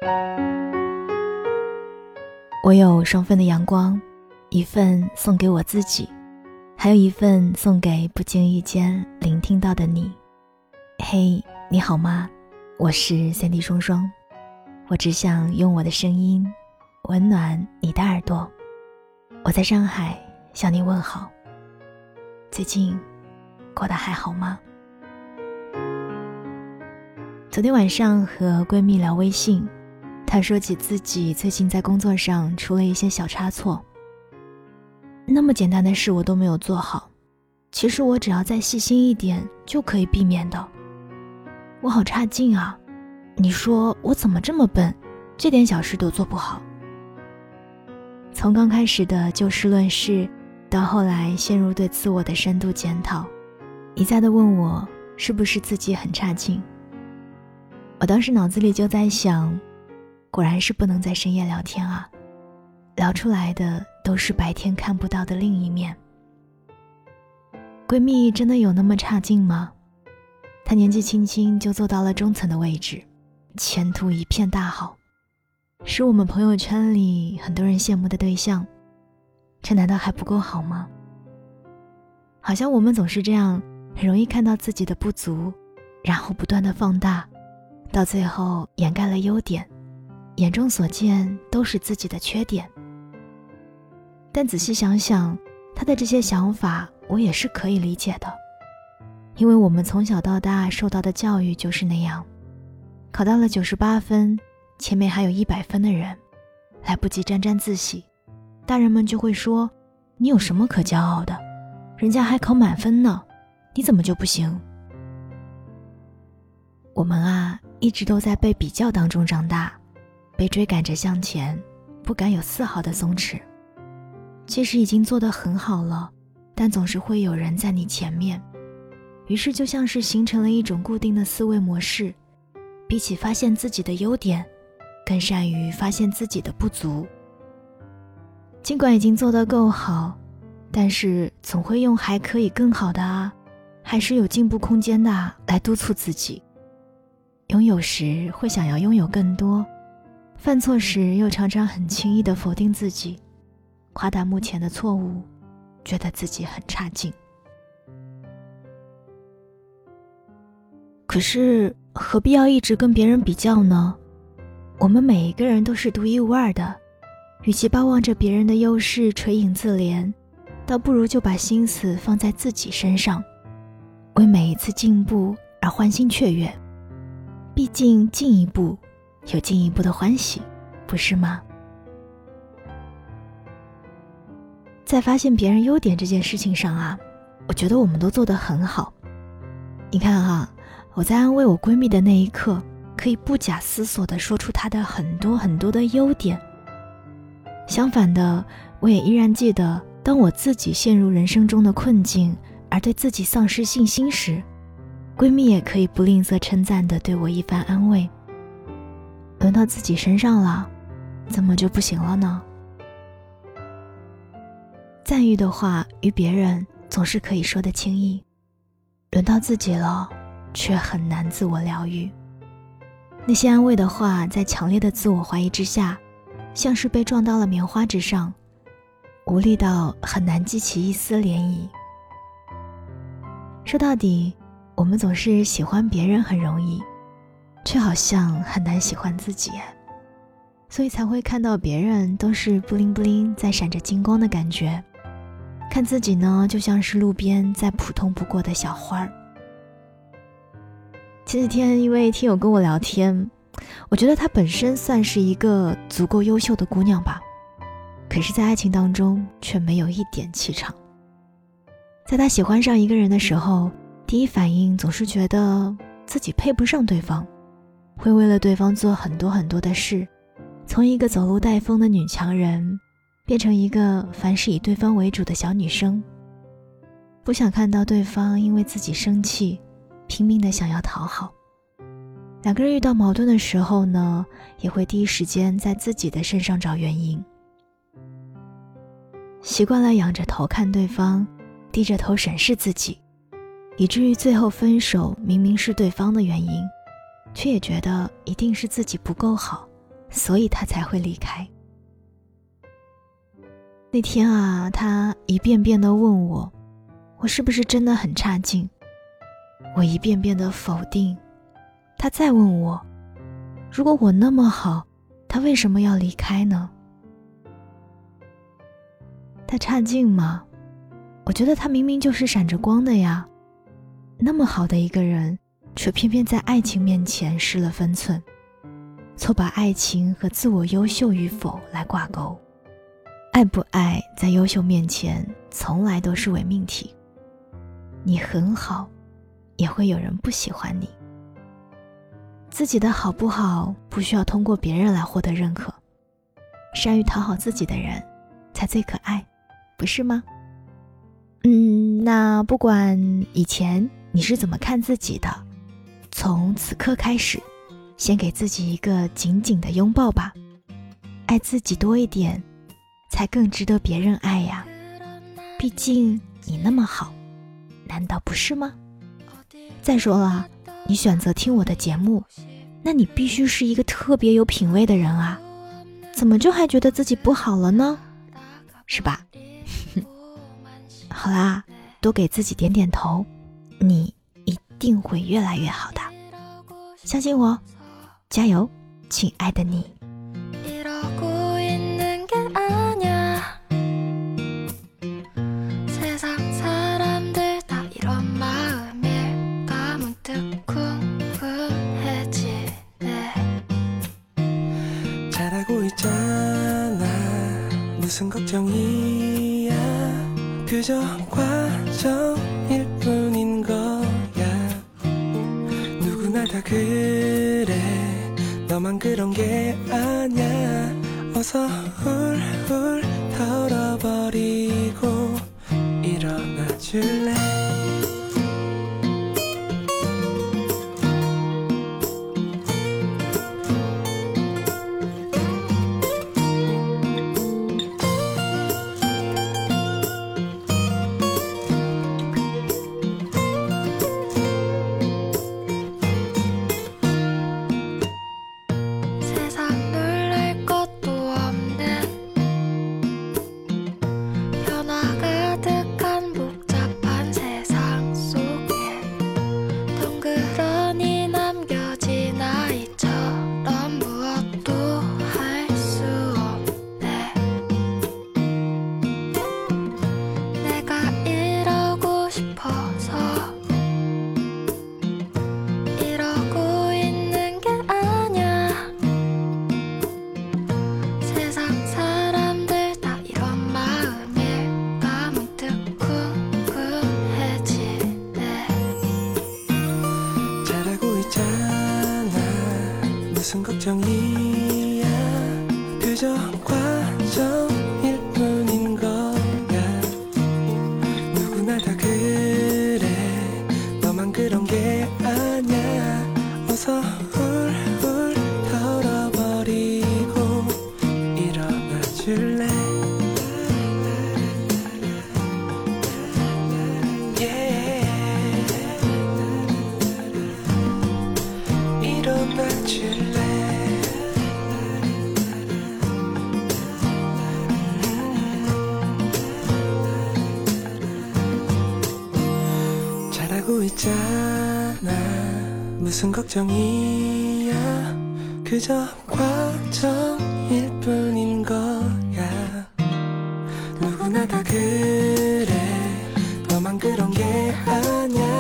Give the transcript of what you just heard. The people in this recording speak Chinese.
我有双份的阳光，一份送给我自己，还有一份送给不经意间聆听到的你。嘿，你好吗？我是Sandy双双，我只想用我的声音温暖你的耳朵。我在上海向你问好，最近过得还好吗？昨天晚上和闺蜜聊微信，她说起自己最近在工作上出了一些小差错，那么简单的事我都没有做好，其实我只要再细心一点就可以避免的。我好差劲啊，你说我怎么这么笨，这点小事都做不好。从刚开始的就事论事，到后来陷入对自我的深度检讨，一再地问我是不是自己很差劲。我当时脑子里就在想，果然是不能在深夜聊天啊，聊出来的都是白天看不到的另一面。闺蜜真的有那么差劲吗？她年纪轻轻就做到了中层的位置，前途一片大好，是我们朋友圈里很多人羡慕的对象，这难道还不够好吗？好像我们总是这样，很容易看到自己的不足，然后不断的放大，到最后掩盖了优点，眼中所见都是自己的缺点。但仔细想想，他的这些想法我也是可以理解的，因为我们从小到大受到的教育就是那样，考到了98分，前面还有100分的人，来不及沾沾自喜，大人们就会说，你有什么可骄傲的，人家还考满分呢，你怎么就不行？我们啊，一直都在被比较当中长大，被追赶着向前，不敢有丝毫的松弛。其实已经做得很好了，但总是会有人在你前面，于是就像是形成了一种固定的思维模式，比起发现自己的优点，更善于发现自己的不足。尽管已经做得够好，但是总会用还可以更好的啊，还是有进步空间的啊来督促自己。拥有时会想要拥有更多，犯错时又常常很轻易地否定自己，夸大目前的错误，觉得自己很差劲。可是何必要一直跟别人比较呢？我们每一个人都是独一无二的，与其巴望着别人的优势垂影自怜，倒不如就把心思放在自己身上，为每一次进步而欢欣雀跃。毕竟进一步有进一步的欢喜，不是吗？在发现别人优点这件事情上啊，我觉得我们都做得很好。你看啊，我在安慰我闺蜜的那一刻，可以不假思索地说出她的很多很多的优点。相反的，我也依然记得，当我自己陷入人生中的困境，而对自己丧失信心时，闺蜜也可以不吝啬称赞地对我一番安慰。轮到自己身上了，怎么就不行了呢？赞誉的话与别人总是可以说得轻易，轮到自己了，却很难自我疗愈。那些安慰的话，在强烈的自我怀疑之下，像是被撞到了棉花之上，无力到很难激起一丝涟漪。说到底，我们总是喜欢别人很容易，却好像很难喜欢自己，所以才会看到别人都是布灵布灵在闪着金光的感觉，看自己呢，就像是路边再普通不过的小花儿。前几天一位听友跟我聊天，我觉得她本身算是一个足够优秀的姑娘吧，可是在爱情当中却没有一点气场。在她喜欢上一个人的时候，第一反应总是觉得自己配不上对方，会为了对方做很多很多的事，从一个走路带风的女强人变成一个凡事以对方为主的小女生，不想看到对方因为自己生气，拼命地想要讨好。两个人遇到矛盾的时候呢，也会第一时间在自己的身上找原因。习惯了仰着头看对方，低着头审视自己，以至于最后分手明明是对方的原因，却也觉得一定是自己不够好， 所以他才会离开。那天啊，他一遍遍地问我是不是真的很差劲，我一遍遍地否定。他再问我，如果我那么好，他为什么要离开呢？他差劲吗？我觉得他明明就是闪着光的呀，那么好的一个人，却偏偏在爱情面前失了分寸，错把爱情和自我优秀与否来挂钩。爱不爱在优秀面前从来都是伪命题，你很好也会有人不喜欢你。自己的好不好不需要通过别人来获得认可，善于讨好自己的人才最可爱，不是吗？那不管以前你是怎么看自己的，从此刻开始，先给自己一个紧紧的拥抱吧，爱自己多一点，才更值得别人爱呀。毕竟你那么好，难道不是吗？再说了，你选择听我的节目，那你必须是一个特别有品味的人啊，怎么就还觉得自己不好了呢？是吧？好啦，多给自己点点头，你一定会越来越好的，相信我，加油，亲爱的你。 무슨 걱정이야 그저 과정일 뿐인 거야 누구나 다 그래 너만 그런 게 아냐 어서 훌훌 털어버리고 일어나 줄래 무슨 걱정이야 그저 과정일 뿐인 거야 누구나 다 그래 너만 그런 게 아냐 어서 훌훌 털어버리고 일어나 줄래 일어나 줄래 잘하고 있잖아 무슨 걱정이야 그저 과정일 뿐인 거야 누구나 다 그래 너만 그런 게 아냐